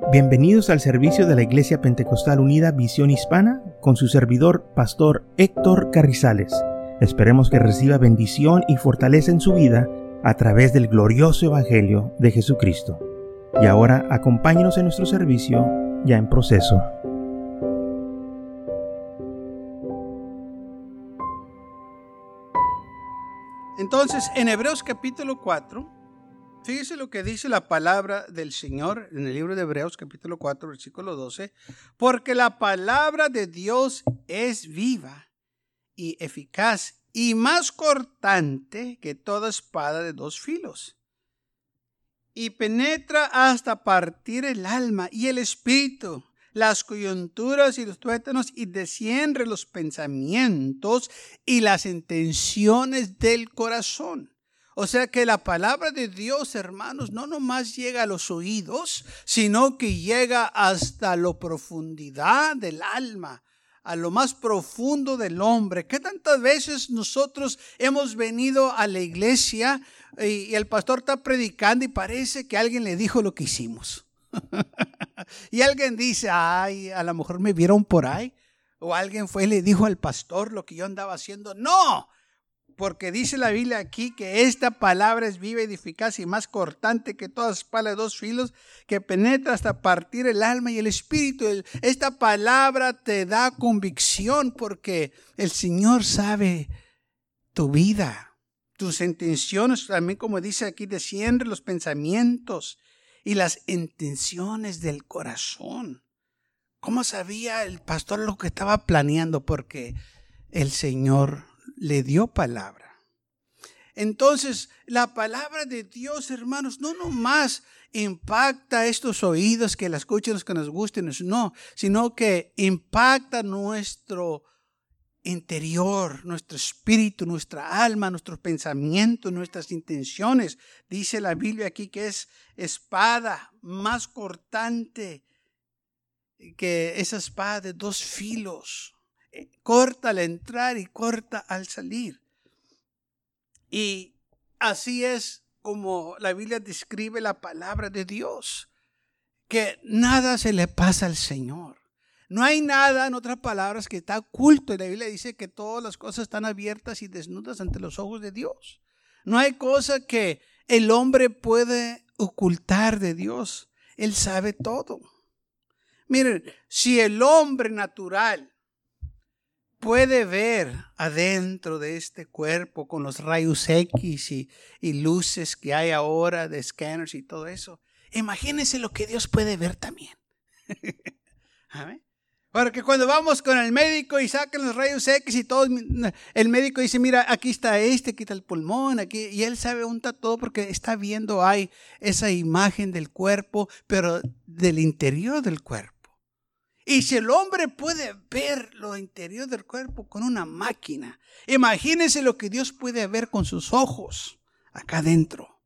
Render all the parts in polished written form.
Bienvenidos al servicio de la Iglesia Pentecostal Unida Visión Hispana con su servidor, Pastor Héctor Carrizales. Esperemos que reciba bendición y fortaleza en su vida a través del glorioso Evangelio de Jesucristo. Y ahora acompáñenos en nuestro servicio ya en proceso. Entonces, en Hebreos capítulo 4, fíjese lo que dice la palabra del Señor en el libro de Hebreos capítulo 4, versículo 12. Porque la palabra de Dios es viva y eficaz y más cortante que toda espada de dos filos. Y penetra hasta partir el alma y el espíritu, las coyunturas y los tuétanos, y desciende los pensamientos y las intenciones del corazón. O sea que la palabra de Dios, hermanos, no nomás llega a los oídos, sino que llega hasta la profundidad del alma, a lo más profundo del hombre. ¿Qué tantas veces nosotros hemos venido a la iglesia y el pastor está predicando y parece que alguien le dijo lo que hicimos? Y alguien dice, ay, a lo mejor me vieron por ahí. O alguien fue y le dijo al pastor lo que yo andaba haciendo. No, porque dice la Biblia aquí que esta palabra es viva y eficaz y más cortante que toda espada de dos filos, que penetra hasta partir el alma y el espíritu. Esta palabra te da convicción porque el Señor sabe tu vida, tus intenciones, también como dice aquí, desciende los pensamientos y las intenciones del corazón. ¿Cómo sabía el pastor lo que estaba planeando? Porque el Señor le dio palabra. Entonces, la palabra de Dios, hermanos, no nomás impacta estos oídos que la escuchen los que nos gusten, no, sino que impacta nuestro interior, nuestro espíritu, nuestra alma, nuestros pensamientos, nuestras intenciones. Dice la Biblia aquí que es espada más cortante que esa espada de dos filos. Corta al entrar y corta al salir. Y así es como la Biblia describe la palabra de Dios, que nada se le pasa al Señor. No hay nada, en otras palabras, que está oculto. Y la Biblia dice que todas las cosas están abiertas y desnudas ante los ojos de Dios. No hay cosa que el hombre puede ocultar de Dios. Él sabe todo. Miren, si el hombre natural puede ver adentro de este cuerpo con los rayos X y luces que hay ahora de escáneres y todo eso, imagínense lo que Dios puede ver también. ¿Amén? Porque cuando vamos con el médico y sacan los rayos X y todo, el médico dice, mira, aquí está aquí está el pulmón, aquí, y él sabe todo porque está viendo ahí esa imagen del cuerpo, pero del interior del cuerpo. Y si el hombre puede ver lo interior del cuerpo con una máquina, imagínense lo que Dios puede ver con sus ojos acá adentro.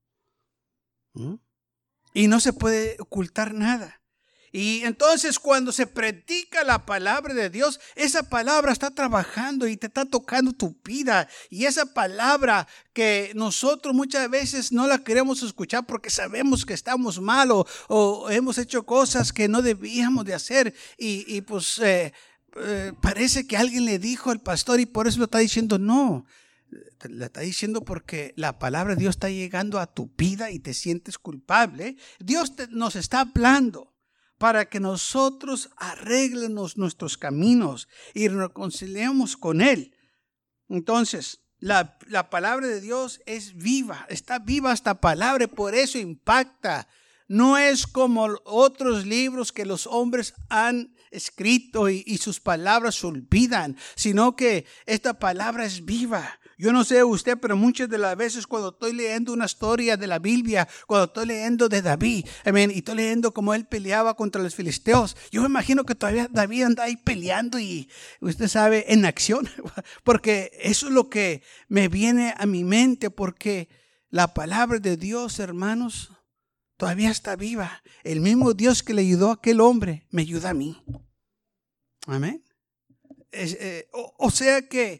Y no se puede ocultar nada. Y entonces cuando se predica la palabra de Dios, esa palabra está trabajando y te está tocando tu vida. Y esa palabra que nosotros muchas veces no la queremos escuchar porque sabemos que estamos mal o hemos hecho cosas que no debíamos de hacer. Y pues parece que alguien le dijo al pastor y por eso lo está diciendo. No, le está diciendo porque la palabra de Dios está llegando a tu vida y te sientes culpable. Dios nos está hablando para que nosotros arreglemos nuestros caminos y nos reconciliemos con Él. Entonces, la palabra de Dios es viva, está viva esta palabra, por eso impacta. No es como otros libros que los hombres han escrito y sus palabras se olvidan, sino que esta palabra es viva. Yo no sé usted, pero muchas de las veces cuando estoy leyendo una historia de la Biblia, cuando estoy leyendo de David, y estoy leyendo cómo él peleaba contra los filisteos, yo me imagino que todavía David anda ahí peleando y usted sabe, en acción, porque eso es lo que me viene a mi mente, porque la palabra de Dios, hermanos, todavía está viva. El mismo Dios que le ayudó a aquel hombre, me ayuda a mí. Amén. O sea que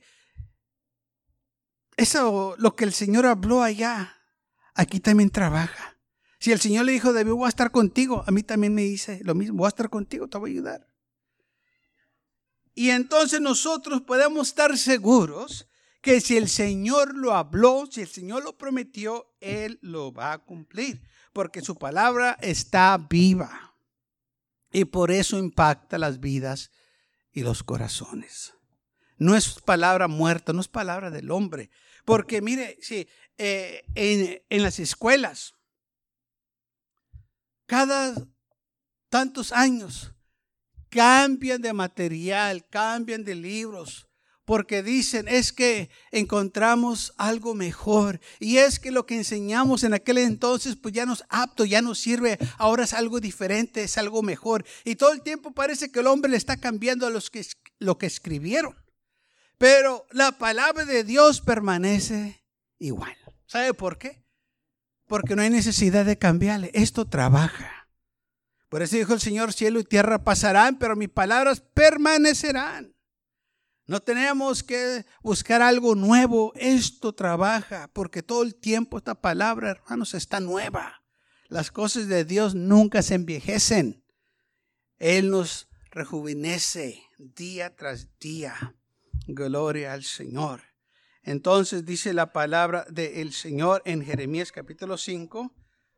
eso, lo que el Señor habló allá, aquí también trabaja. Si el Señor le dijo a David, voy a estar contigo, a mí también me dice lo mismo, voy a estar contigo, te voy a ayudar. Y entonces nosotros podemos estar seguros que si el Señor lo habló, si el Señor lo prometió, Él lo va a cumplir, porque su palabra está viva. Y por eso impacta las vidas y los corazones. No es palabra muerta, no es palabra del hombre. Porque mire, si, en las escuelas, cada tantos años cambian de material, cambian de libros, porque dicen es que encontramos algo mejor, y es que lo que enseñamos en aquel entonces pues ya no es apto, ya no sirve, ahora es algo diferente, es algo mejor, y todo el tiempo parece que el hombre le está cambiando a lo que escribieron, pero la palabra de Dios permanece igual. ¿Sabe por qué? Porque no hay necesidad de cambiarle, esto trabaja. Por eso dijo el Señor, cielo y tierra pasarán, pero mis palabras permanecerán. No tenemos que buscar algo nuevo, esto trabaja, porque todo el tiempo esta palabra, hermanos, está nueva. Las cosas de Dios nunca se envejecen. Él nos rejuvenece día tras día. Gloria al Señor. Entonces dice la palabra del Señor en Jeremías capítulo 5,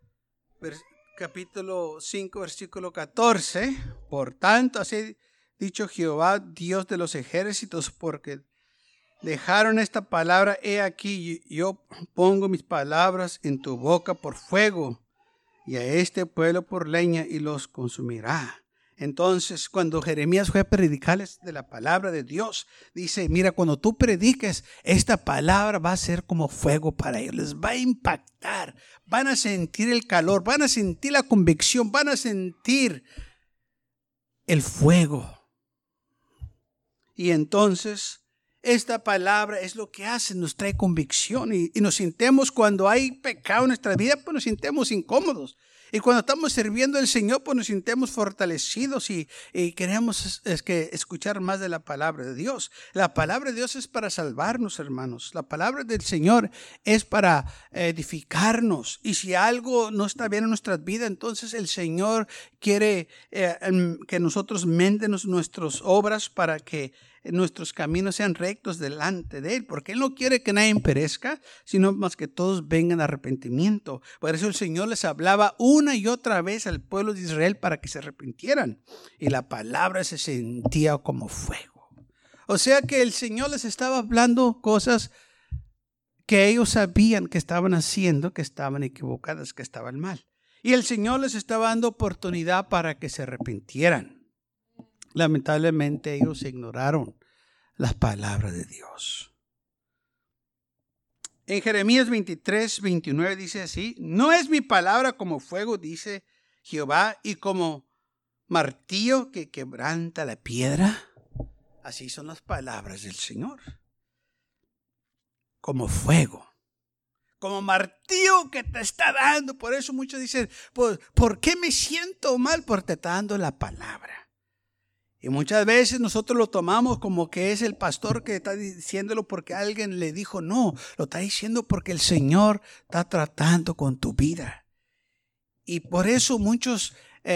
versículo 14. Por tanto, así dicho Jehová, Dios de los ejércitos, porque dejaron esta palabra, he aquí yo pongo mis palabras en tu boca por fuego, y a este pueblo por leña, y los consumirá. Entonces, cuando Jeremías fue a predicarles de la palabra de Dios, dice, mira, cuando tú prediques, esta palabra va a ser como fuego para ellos, les va a impactar, van a sentir el calor, van a sentir la convicción, van a sentir el fuego. Y entonces, esta palabra es lo que hace, nos trae convicción y nos sintemos cuando hay pecado en nuestra vida, pues nos sintemos incómodos. Y cuando estamos sirviendo al Señor, pues nos sintemos fortalecidos y queremos escuchar más de la palabra de Dios. La palabra de Dios es para salvarnos, hermanos. La palabra del Señor es para edificarnos. Y si algo no está bien en nuestras vidas, entonces el Señor quiere que nosotros mendemos nuestras obras para que nuestros caminos sean rectos delante de Él, porque Él no quiere que nadie perezca, sino más que todos vengan a arrepentimiento. Por eso el Señor les hablaba una y otra vez al pueblo de Israel para que se arrepintieran, y la palabra se sentía como fuego. O sea que el Señor les estaba hablando cosas que ellos sabían que estaban haciendo, que estaban equivocadas, que estaban mal. Y el Señor les estaba dando oportunidad para que se arrepintieran. Lamentablemente ellos ignoraron las palabras de Dios. En Jeremías 23, 29 dice así, no es mi palabra como fuego, dice Jehová, y como martillo que quebranta la piedra. Así son las palabras del Señor. Como fuego. Como martillo que te está dando. Por eso muchos dicen, ¿por qué me siento mal? Porque te está dando la palabra. Y muchas veces nosotros lo tomamos como que es el pastor que está diciéndolo porque alguien le dijo. No, lo está diciendo porque el Señor está tratando con tu vida. Y por eso muchos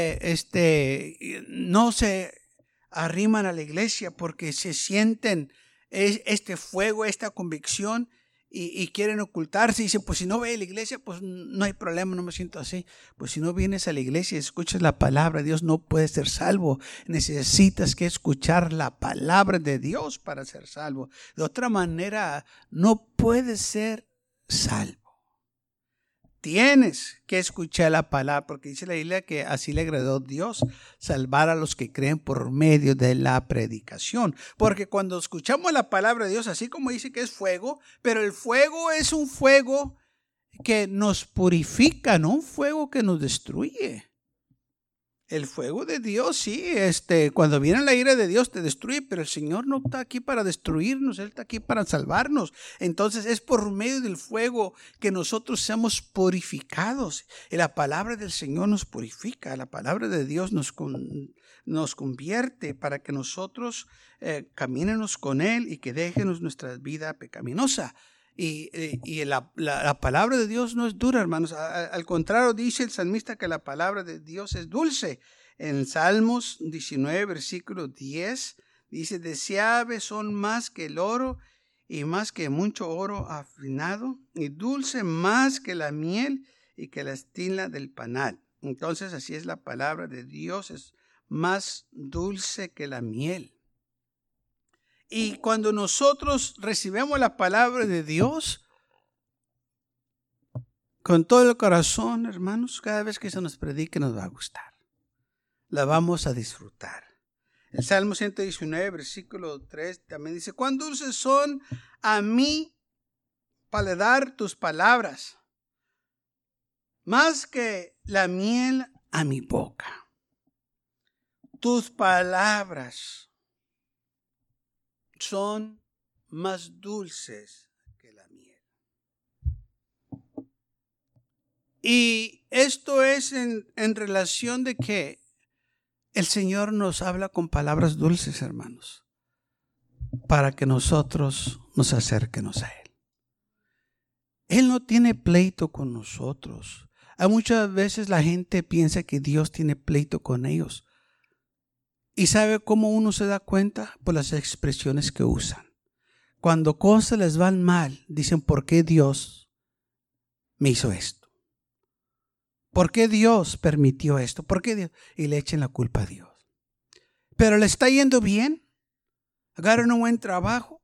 no se arriman a la iglesia porque se sienten este fuego, esta convicción y quieren ocultarse. Y dicen, pues si no voy a la iglesia, pues no hay problema, no me siento así. Pues si no vienes a la iglesia y escuchas la palabra de Dios, no puedes ser salvo. Necesitas que escuchar la palabra de Dios para ser salvo. De otra manera, no puedes ser salvo. Tienes que escuchar la palabra, porque dice la Biblia que así le agradó a Dios salvar a los que creen por medio de la predicación. Porque cuando escuchamos la palabra de Dios, así como dice que es fuego, pero el fuego es un fuego que nos purifica, no un fuego que nos destruye. El fuego de Dios, sí, cuando viene la ira de Dios te destruye, pero el Señor no está aquí para destruirnos, Él está aquí para salvarnos. Entonces es por medio del fuego que nosotros seamos purificados. Y la palabra del Señor nos purifica, la palabra de Dios nos convierte para que nosotros caminemos con Él y que dejemos nuestra vida pecaminosa. Y la palabra de Dios no es dura, hermanos. Al contrario, dice el salmista que la palabra de Dios es dulce. En Salmos 19, versículo 10, dice, deseables son más que el oro y más que mucho oro afinado, y dulce más que la miel y que la estina del panal. Entonces, así es la palabra de Dios, es más dulce que la miel. Y cuando nosotros recibimos la palabra de Dios, con todo el corazón, hermanos, cada vez que se nos predique nos va a gustar. La vamos a disfrutar. El Salmo 119, versículo 3, también dice, cuán dulces son a mi paladar tus palabras, más que la miel a mi boca. Tus palabras son más dulces que la miel. Y esto es en relación de que el Señor nos habla con palabras dulces, hermanos, para que nosotros nos acerquemos a Él. Él no tiene pleito con nosotros. Muchas veces la gente piensa que Dios tiene pleito con ellos. ¿Y sabe cómo uno se da cuenta? Por las expresiones que usan. Cuando cosas les van mal, dicen, ¿por qué Dios me hizo esto? ¿Por qué Dios permitió esto? ¿Por qué Dios? Y le echen la culpa a Dios. Pero le está yendo bien. Agarran un buen trabajo.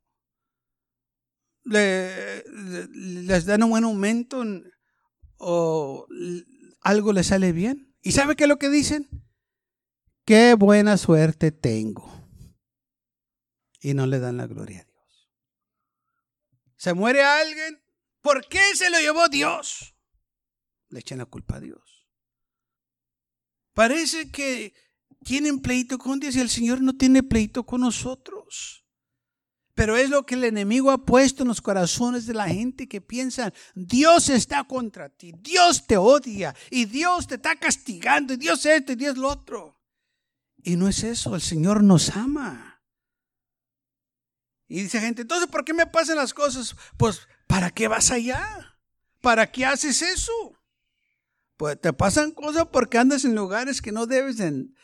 Les dan un buen aumento o algo les sale bien. ¿Y sabe qué es lo que dicen? Qué buena suerte tengo. Y no le dan la gloria a Dios. Se muere alguien. ¿Por qué se lo llevó Dios? Le echan la culpa a Dios. Parece que tienen pleito con Dios y el Señor no tiene pleito con nosotros. Pero es lo que el enemigo ha puesto en los corazones de la gente que piensan, Dios está contra ti, Dios te odia y Dios te está castigando y Dios esto y Dios lo otro. Y no es eso, el Señor nos ama. Y dice gente, entonces ¿por qué me pasan las cosas? Pues ¿para qué vas allá? ¿Para qué haces eso? Pues te pasan cosas porque andas en lugares que no debes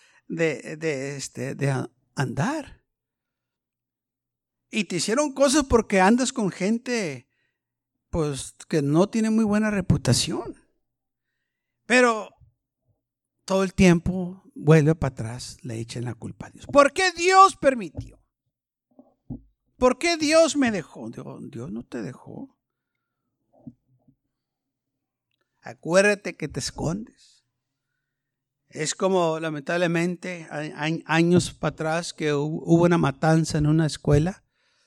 de andar. Y te hicieron cosas porque andas con gente pues que no tiene muy buena reputación. Pero todo el tiempo vuelve para atrás, le echan la culpa a Dios. ¿Por qué Dios permitió? ¿Por qué Dios me dejó? Dios no te dejó. Acuérdate que te escondes. Es como lamentablemente años para atrás que hubo una matanza en una escuela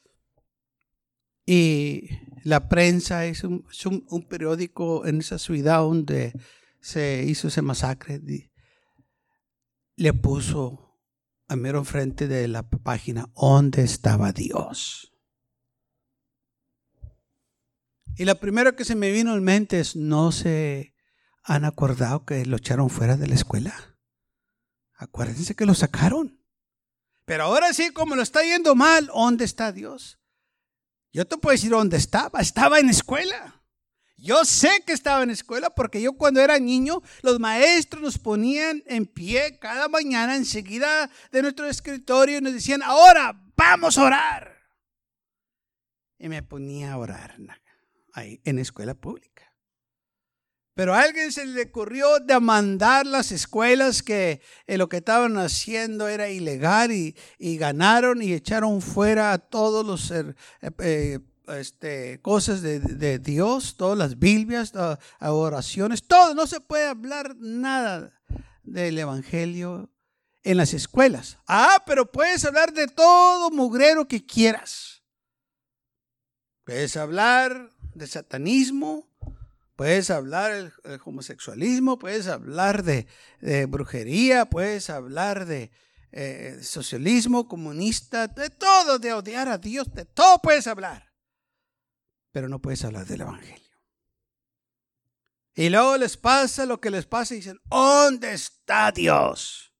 y la prensa es un periódico en esa ciudad donde se hizo ese masacre. Le puso a mero enfrente de la página ¿dónde estaba Dios? Y lo primero que se me vino en mente es, ¿no se han acordado que lo echaron fuera de la escuela? Acuérdense que lo sacaron. Pero ahora sí, como lo está yendo mal, ¿dónde está Dios? Yo te puedo decir dónde estaba. Estaba en escuela. Yo sé que estaba en escuela porque yo cuando era niño, los maestros nos ponían en pie cada mañana enseguida de nuestro escritorio y nos decían, ahora vamos a orar. Y me ponía a orar ahí en escuela pública. Pero a alguien se le ocurrió demandar las escuelas que lo que estaban haciendo era ilegal y ganaron y echaron fuera a todos los cosas de Dios, todas las Biblias, oraciones, todo. No se puede hablar nada del evangelio en las escuelas. Pero puedes hablar de todo mugrero que quieras. Puedes hablar de satanismo. Puedes hablar del homosexualismo, puedes hablar de brujería, puedes hablar de socialismo, comunista, de todo, de odiar a Dios, de todo puedes hablar. Pero no puedes hablar del evangelio. Y luego les pasa lo que les pasa y dicen, ¿dónde está Dios?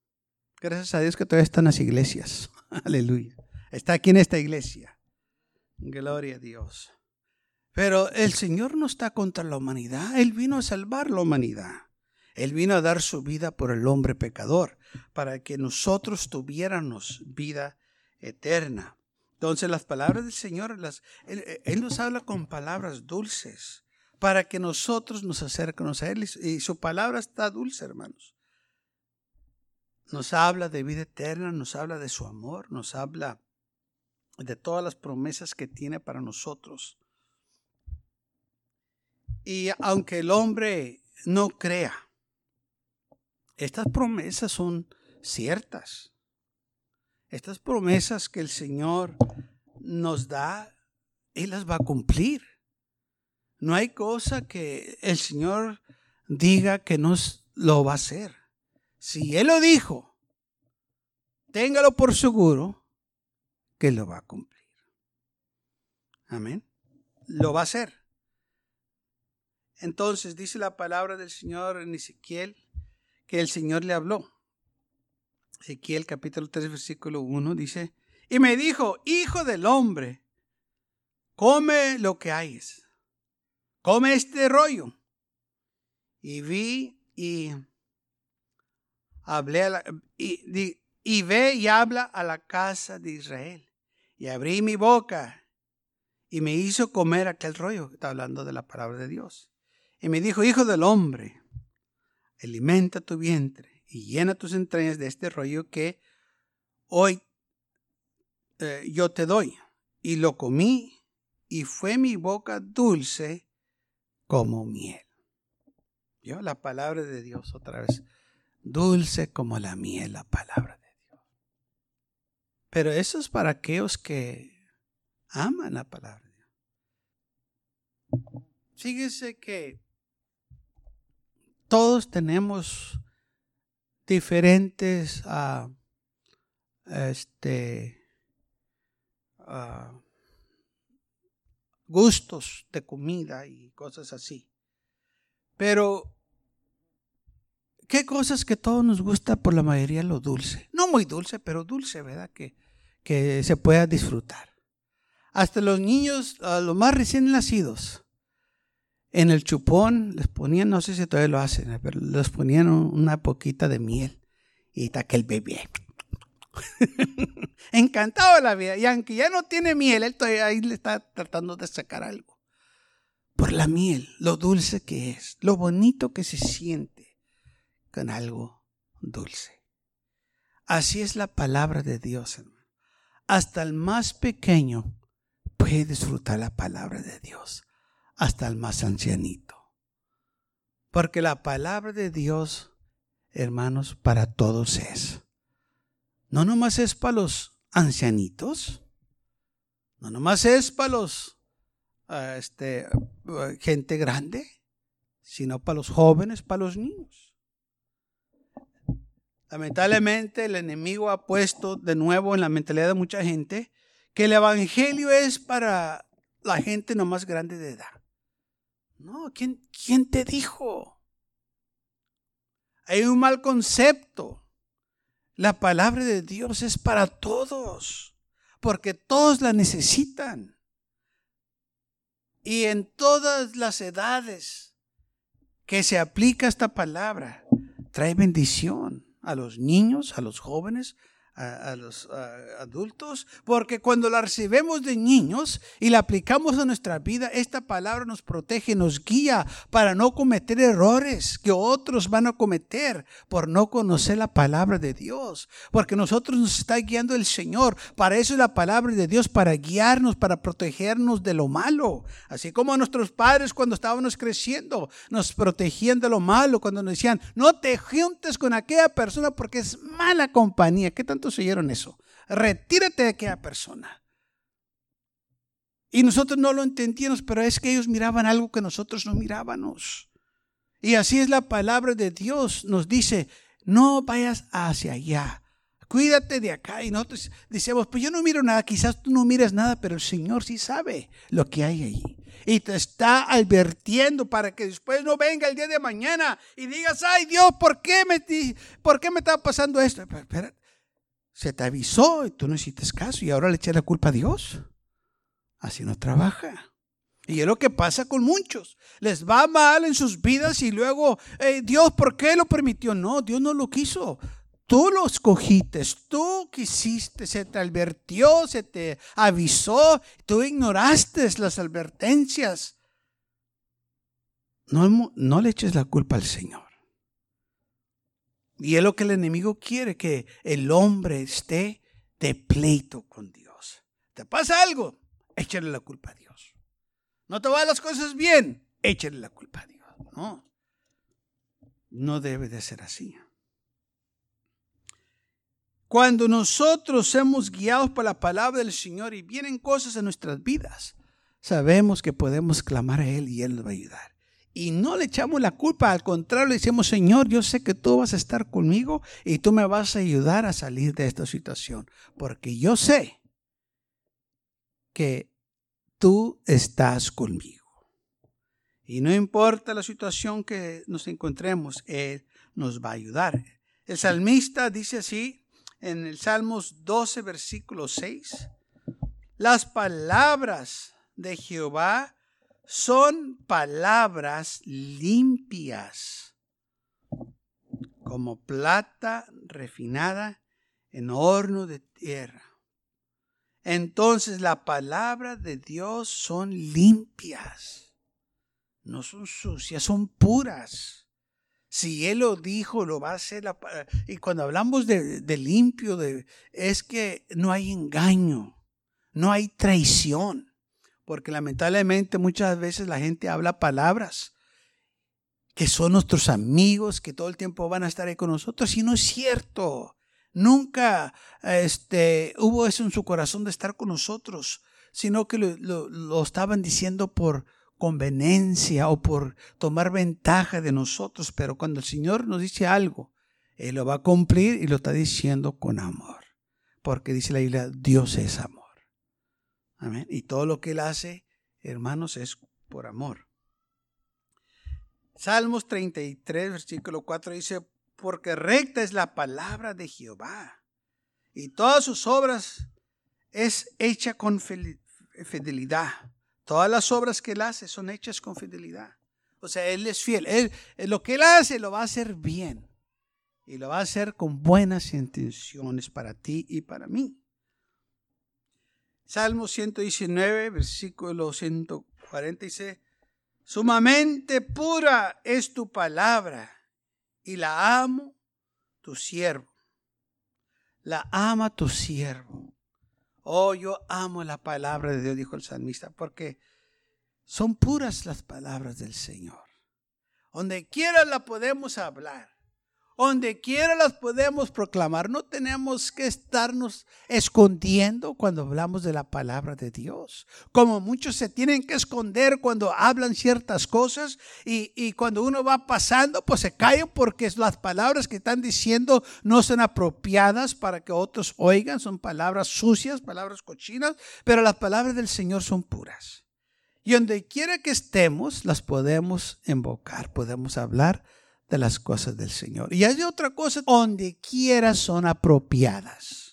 Gracias a Dios que todavía están las iglesias. Aleluya. Está aquí en esta iglesia. Gloria a Dios. Pero el Señor no está contra la humanidad. Él vino a salvar la humanidad. Él vino a dar su vida por el hombre pecador, para que nosotros tuviéramos vida eterna. Entonces las palabras del Señor, Él nos habla con palabras dulces, para que nosotros nos acerquemos a Él. Y su palabra está dulce, hermanos. Nos habla de vida eterna, nos habla de su amor, nos habla de todas las promesas que tiene para nosotros. Y aunque el hombre no crea, estas promesas son ciertas. Estas promesas que el Señor nos da, Él las va a cumplir. No hay cosa que el Señor diga que no lo va a hacer. Si Él lo dijo, téngalo por seguro que lo va a cumplir. Amén. Lo va a hacer. Entonces dice la palabra del Señor en Ezequiel que el Señor le habló. Ezequiel capítulo 3 versículo 1 dice: y me dijo, hijo del hombre, come lo que hayes, come este rollo. Y vi y hablé y ve y habla a la casa de Israel. Y abrí mi boca y me hizo comer aquel rollo. Está hablando de la palabra de Dios. Y me dijo, hijo del hombre, alimenta tu vientre y llena tus entrañas de este rollo que hoy yo te doy. Y lo comí y fue mi boca dulce como miel. ¿Vio? La palabra de Dios otra vez. Dulce como la miel, la palabra de Dios. Pero eso es para aquellos que aman la palabra de Dios. Fíjese que todos tenemos diferentes gustos de comida y cosas así. Pero ¿qué cosas que todos nos gusta por la mayoría? Lo dulce. No muy dulce, pero dulce, ¿verdad? Que se pueda disfrutar. Hasta los niños, los más recién nacidos, en el chupón les ponían, no sé si todavía lo hacen, pero les ponían una poquita de miel. Y está aquel bebé encantado de la vida. Y aunque ya no tiene miel, él todavía ahí le está tratando de sacar algo. Por la miel, lo dulce que es, lo bonito que se siente con algo dulce. Así es la palabra de Dios, hermano. Hasta el más pequeño puede disfrutar la palabra de Dios. Hasta el más ancianito. Porque la palabra de Dios, hermanos, para todos es. No nomás es para los ancianitos. No nomás es para los gente grande, sino para los jóvenes, para los niños. Lamentablemente el enemigo ha puesto de nuevo en la mentalidad de mucha gente que el evangelio es para la gente nomás grande de edad. No, ¿quién te dijo? Hay un mal concepto. La palabra de Dios es para todos, porque todos la necesitan. Y en todas las edades que se aplica esta palabra, trae bendición a los niños, a los jóvenes, a los adultos, porque cuando la recibimos de niños y la aplicamos a nuestra vida, esta palabra nos protege, nos guía para no cometer errores que otros van a cometer por no conocer la palabra de Dios, porque nosotros nos está guiando el Señor. Para eso es la palabra de Dios, para guiarnos, para protegernos de lo malo, así como nuestros padres cuando estábamos creciendo nos protegían de lo malo, cuando nos decían no te juntes con aquella persona porque es mala compañía. ¿Qué tanto oyeron eso? Retírate de aquella persona. Y nosotros no lo entendíamos, pero es que ellos miraban algo que nosotros no mirábamos. Y así es la palabra de Dios. Nos dice, no vayas hacia allá, cuídate de acá. Y nosotros decimos, pues yo no miro nada. Quizás tú no miras nada, pero el Señor sí sabe lo que hay ahí. Y te está advirtiendo para que después no venga el día de mañana y digas, ay Dios, ¿por qué me está pasando esto? Pero, espera, se te avisó y tú no hiciste caso y ahora le eché la culpa a Dios. Así no trabaja. Y es lo que pasa con muchos. Les va mal en sus vidas y luego, Dios, ¿por qué lo permitió? No, Dios no lo quiso. Tú lo escogiste, tú quisiste, se te advirtió, se te avisó, tú ignoraste las advertencias. No le eches la culpa al Señor. Y es lo que el enemigo quiere, que el hombre esté de pleito con Dios. ¿Te pasa algo? Échale la culpa a Dios. ¿No te van las cosas bien? Échale la culpa a Dios. No debe de ser así. Cuando nosotros somos guiados por la palabra del Señor y vienen cosas en nuestras vidas, sabemos que podemos clamar a Él y Él nos va a ayudar. Y no le echamos la culpa, al contrario, le decimos, Señor, yo sé que tú vas a estar conmigo y tú me vas a ayudar a salir de esta situación, porque yo sé que tú estás conmigo. Y no importa la situación que nos encontremos, Él nos va a ayudar. El salmista dice así en el Salmos 12, versículo 6. Las palabras de Jehová son palabras limpias, como plata refinada en horno de tierra. Entonces la palabra de Dios son limpias, no son sucias, son puras. Si Él lo dijo, lo va a hacer. Y cuando hablamos de limpio, es que no hay engaño, no hay traición. Porque lamentablemente muchas veces la gente habla palabras que son nuestros amigos, que todo el tiempo van a estar ahí con nosotros. Y no es cierto. Nunca hubo eso en su corazón de estar con nosotros, sino que lo estaban diciendo por conveniencia o por tomar ventaja de nosotros. Pero cuando el Señor nos dice algo, Él lo va a cumplir y lo está diciendo con amor. Porque dice la Biblia, Dios es amor. Amén. Y todo lo que Él hace, hermanos, es por amor. Salmos 33, versículo 4 dice, porque recta es la palabra de Jehová, y todas sus obras es hecha con fidelidad. Todas las obras que Él hace son hechas con fidelidad. O sea, Él es fiel. Lo que Él hace lo va a hacer bien. Y lo va a hacer con buenas intenciones para ti y para mí. Salmo 119, versículo 140 dice, sumamente pura es tu palabra y la amo tu siervo. La ama tu siervo. Oh, yo amo la palabra de Dios, dijo el salmista, porque son puras las palabras del Señor. Donde quiera la podemos hablar. Donde quiera las podemos proclamar. No tenemos que estarnos escondiendo cuando hablamos de la palabra de Dios. Como muchos se tienen que esconder cuando hablan ciertas cosas y cuando uno va pasando, pues se callan porque las palabras que están diciendo no son apropiadas para que otros oigan. Son palabras sucias, palabras cochinas, pero las palabras del Señor son puras. Y donde quiera que estemos, las podemos invocar, podemos hablar de las cosas del Señor. Y hay otra cosa, donde quiera son apropiadas.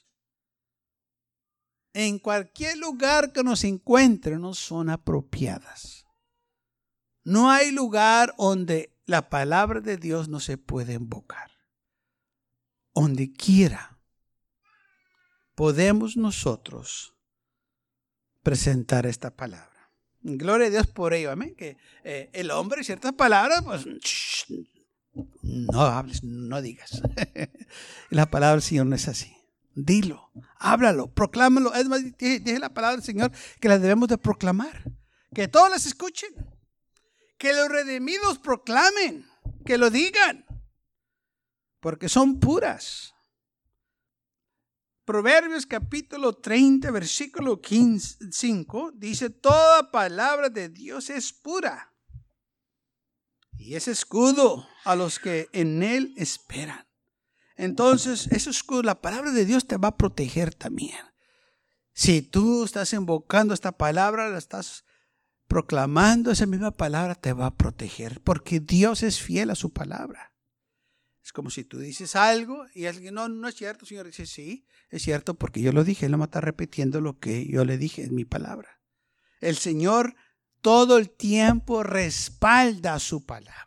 En cualquier lugar que nos encuentren, no son apropiadas. No hay lugar donde la palabra de Dios no se puede invocar. Donde quiera podemos nosotros presentar esta palabra. Gloria a Dios por ello, amén. Que el hombre, ciertas palabras, pues no hables, no digas. La palabra del Señor no es así. Dilo, háblalo, proclámalo. Es más, dije la palabra del Señor que la debemos de proclamar. Que todos las escuchen. Que los redimidos proclamen. Que lo digan. Porque son puras. Proverbios capítulo 30, versículo 5 dice, toda palabra de Dios es pura. Y es escudo a los que en Él esperan. Entonces, ese escudo, la palabra de Dios te va a proteger también. Si tú estás invocando esta palabra, la estás proclamando, esa misma palabra te va a proteger. Porque Dios es fiel a su palabra. Es como si tú dices algo y alguien, no es cierto, Señor. Dice, sí, es cierto porque yo lo dije. Él no me está repitiendo lo que yo le dije en mi palabra. El Señor todo el tiempo respalda su palabra.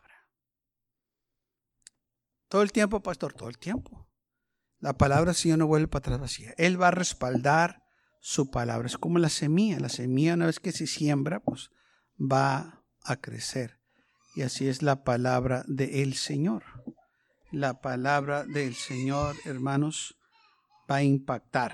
Todo el tiempo, pastor, todo el tiempo. La palabra del Señor no vuelve para atrás vacía. Él va a respaldar su palabra. Es como la semilla. La semilla, una vez que se siembra, pues va a crecer. Y así es la palabra del Señor. La palabra del Señor, hermanos, va a impactar.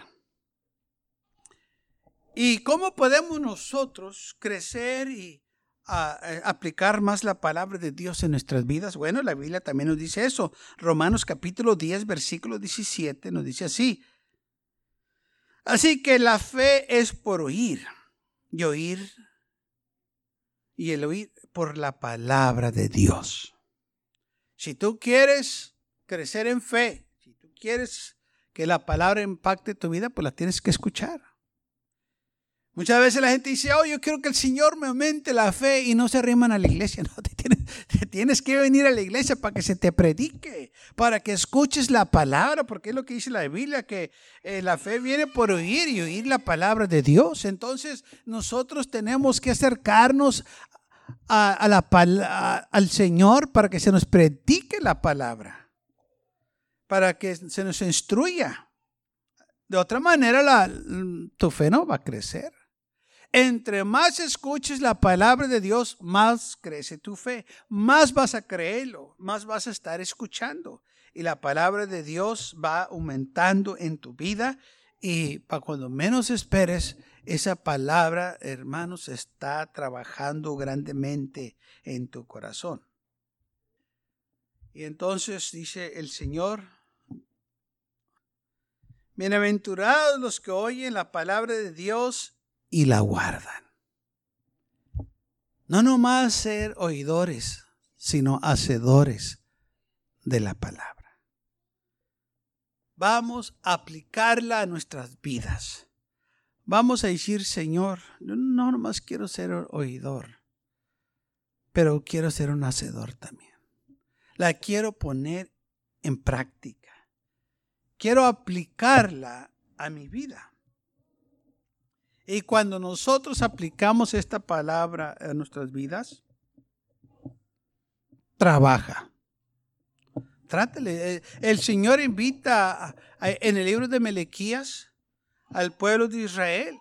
¿Y cómo podemos nosotros crecer y aplicar más la palabra de Dios en nuestras vidas? Bueno, la Biblia también nos dice eso. Romanos capítulo 10, versículo 17 nos dice así. Así que la fe es por oír y oír y el oír por la palabra de Dios. Si tú quieres crecer en fe, si tú quieres que la palabra impacte tu vida, pues la tienes que escuchar. Muchas veces la gente dice, yo quiero que el Señor me aumente la fe, y no se arriman a la iglesia. No, te tienes que venir a la iglesia para que se te predique, para que escuches la palabra, porque es lo que dice la Biblia, que la fe viene por oír y oír la palabra de Dios. Entonces nosotros tenemos que acercarnos al Señor para que se nos predique la palabra, para que se nos instruya. De otra manera tu fe no va a crecer. Entre más escuches la palabra de Dios, más crece tu fe, más vas a creerlo, más vas a estar escuchando. Y la palabra de Dios va aumentando en tu vida, y para cuando menos esperes, esa palabra, hermanos, está trabajando grandemente en tu corazón. Y entonces dice el Señor: bienaventurados los que oyen la palabra de Dios y la guardan. No nomás ser oidores, sino hacedores de la palabra. Vamos a aplicarla a nuestras vidas. Vamos a decir: Señor, yo no nomás quiero ser oidor, pero quiero ser un hacedor también. La quiero poner en práctica. Quiero aplicarla a mi vida. Y cuando nosotros aplicamos esta palabra a nuestras vidas, trabaja. Trátale. El Señor invita en el libro de Melequías al pueblo de Israel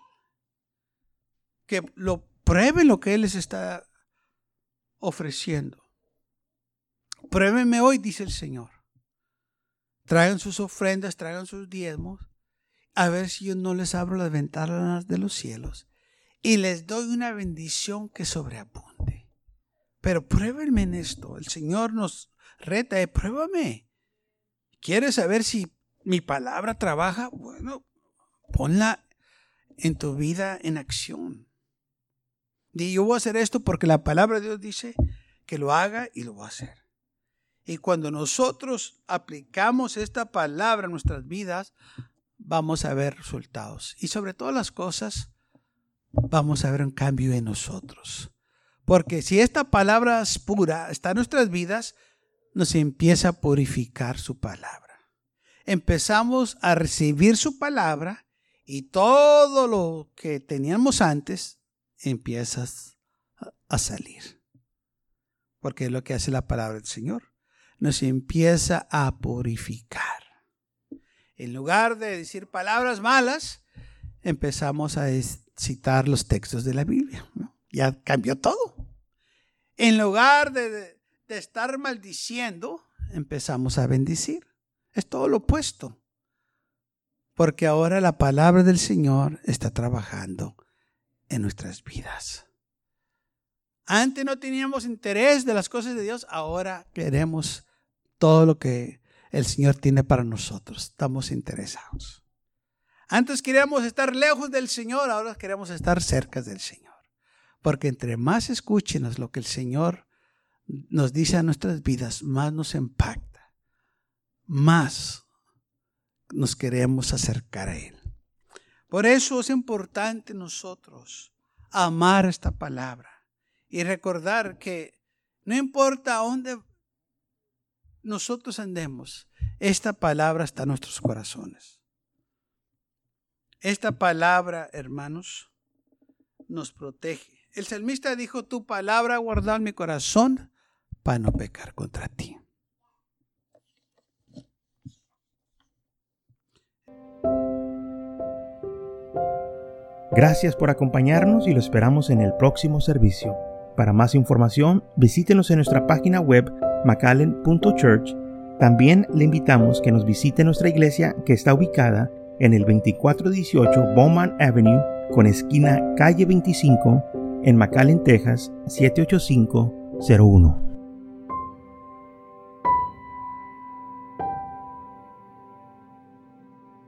que lo prueben lo que Él les está ofreciendo. Pruébenme hoy, dice el Señor. Traigan sus ofrendas, traigan sus diezmos, a ver si yo no les abro las ventanas de los cielos y les doy una bendición que sobreabunde. Pero pruébenme en esto. El Señor nos reta, pruébame. ¿Quieres saber si mi palabra trabaja? Bueno, ponla en tu vida en acción. Di: yo voy a hacer esto porque la palabra de Dios dice que lo haga, y lo voy a hacer. Y cuando nosotros aplicamos esta palabra a nuestras vidas, vamos a ver resultados. Y sobre todas las cosas, vamos a ver un cambio en nosotros. Porque si esta palabra es pura, está en nuestras vidas, nos empieza a purificar su palabra. Empezamos a recibir su palabra, y todo lo que teníamos antes empieza a salir. Porque es lo que hace la palabra del Señor. Nos empieza a purificar. En lugar de decir palabras malas, empezamos a citar los textos de la Biblia, ¿no? Ya cambió todo. En lugar de estar maldiciendo, empezamos a bendecir. Es todo lo opuesto. Porque ahora la palabra del Señor está trabajando en nuestras vidas. Antes no teníamos interés de las cosas de Dios, ahora queremos todo lo que el Señor tiene para nosotros. Estamos interesados. Antes queríamos estar lejos del Señor, ahora queremos estar cerca del Señor. Porque entre más escuchen lo que el Señor nos dice a nuestras vidas, más nos impacta, más nos queremos acercar a Él. Por eso es importante nosotros amar esta palabra y recordar que no importa a dónde nosotros andemos, esta palabra está en nuestros corazones. Esta palabra, hermanos, nos protege. El salmista dijo, tu palabra guardar en mi corazón para no pecar contra ti. Gracias por acompañarnos y lo esperamos en el próximo servicio. Para más información, visítenos en nuestra página web mcallen.church. También le invitamos que nos visite nuestra iglesia que está ubicada en el 2418 Bowman Avenue con esquina calle 25 en McAllen, Texas 78501.